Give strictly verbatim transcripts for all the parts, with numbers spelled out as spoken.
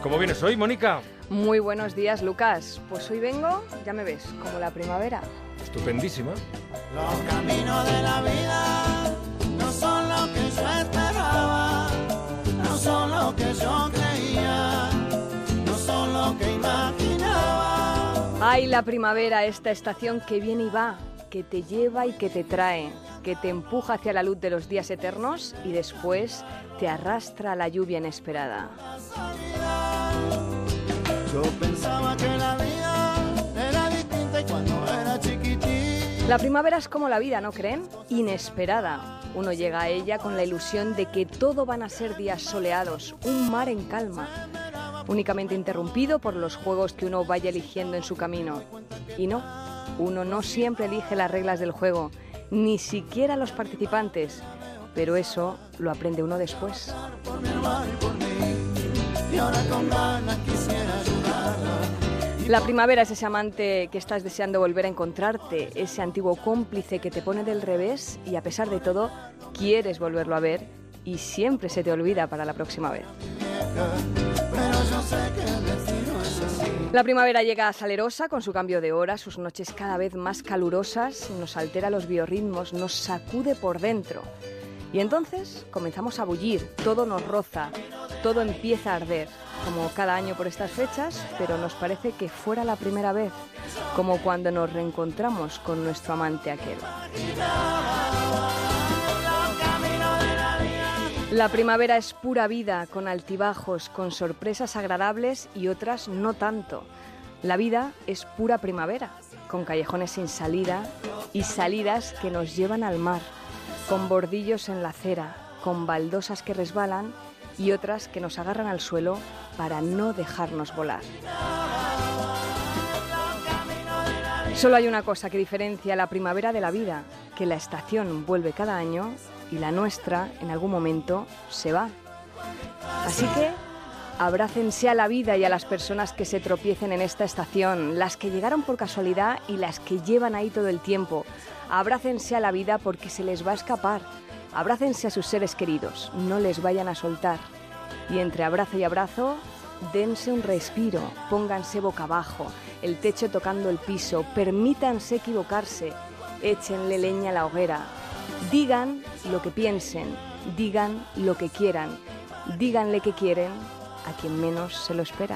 ¿Cómo vienes hoy, Mónica? Muy buenos días, Lucas. Pues hoy vengo, ya me ves, como la primavera. Estupendísima. Los caminos de la vida no son lo que yo esperaba, no son lo que yo creía, no son lo que imaginaba. Ay, la primavera, esta estación que viene y va, que te lleva y que te trae, que te empuja hacia la luz de los días eternos y después te arrastra a la lluvia inesperada. Yo pensaba que la vida era distinta y cuando era chiquitín. La primavera es como la vida, ¿no creen? Inesperada. Uno llega a ella con la ilusión de que todo van a ser días soleados, un mar en calma, únicamente interrumpido por los juegos que uno vaya eligiendo en su camino. Y no, uno no siempre elige las reglas del juego, ni siquiera los participantes, pero eso lo aprende uno después. Por mi hermano y por mí, y ahora con ganas quisiera ayudarla. La primavera es ese amante que estás deseando volver a encontrarte, ese antiguo cómplice que te pone del revés y a pesar de todo quieres volverlo a ver y siempre se te olvida para la próxima vez. Pero yo sé que el destino es así. La primavera llega salerosa con su cambio de hora, sus noches cada vez más calurosas, nos altera los biorritmos, nos sacude por dentro. Y entonces comenzamos a bullir, todo nos roza, todo empieza a arder, como cada año por estas fechas, pero nos parece que fuera la primera vez, como cuando nos reencontramos con nuestro amante aquel. La primavera es pura vida, con altibajos, con sorpresas agradables y otras no tanto. La vida es pura primavera, con callejones sin salida y salidas que nos llevan al mar, con bordillos en la acera, con baldosas que resbalan y otras que nos agarran al suelo para no dejarnos volar. Solo hay una cosa que diferencia la primavera de la vida, que la estación vuelve cada año y la nuestra, en algún momento, se va. Así que abrácense a la vida y a las personas que se tropiecen en esta estación, las que llegaron por casualidad y las que llevan ahí todo el tiempo. Abrácense a la vida porque se les va a escapar. Abrácense a sus seres queridos, no les vayan a soltar. Y entre abrazo y abrazo, dense un respiro, pónganse boca abajo, el techo tocando el piso, permítanse equivocarse, échenle leña a la hoguera. Digan lo que piensen, digan lo que quieran, díganle que quieren a quien menos se lo espera.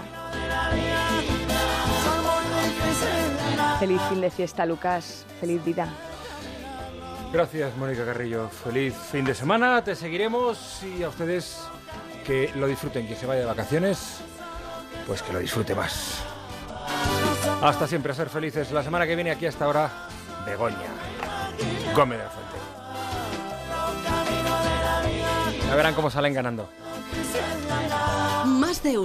Feliz fin de fiesta, Lucas. Feliz vida. Gracias, Mónica Carrillo. Feliz fin de semana. Te seguiremos y a ustedes que lo disfruten. Quien se vaya de vacaciones, pues que lo disfrute más. Hasta siempre, a ser felices. La semana que viene aquí hasta ahora, Begoña Gómez de la Fuente. Ya verán cómo salen ganando. Más de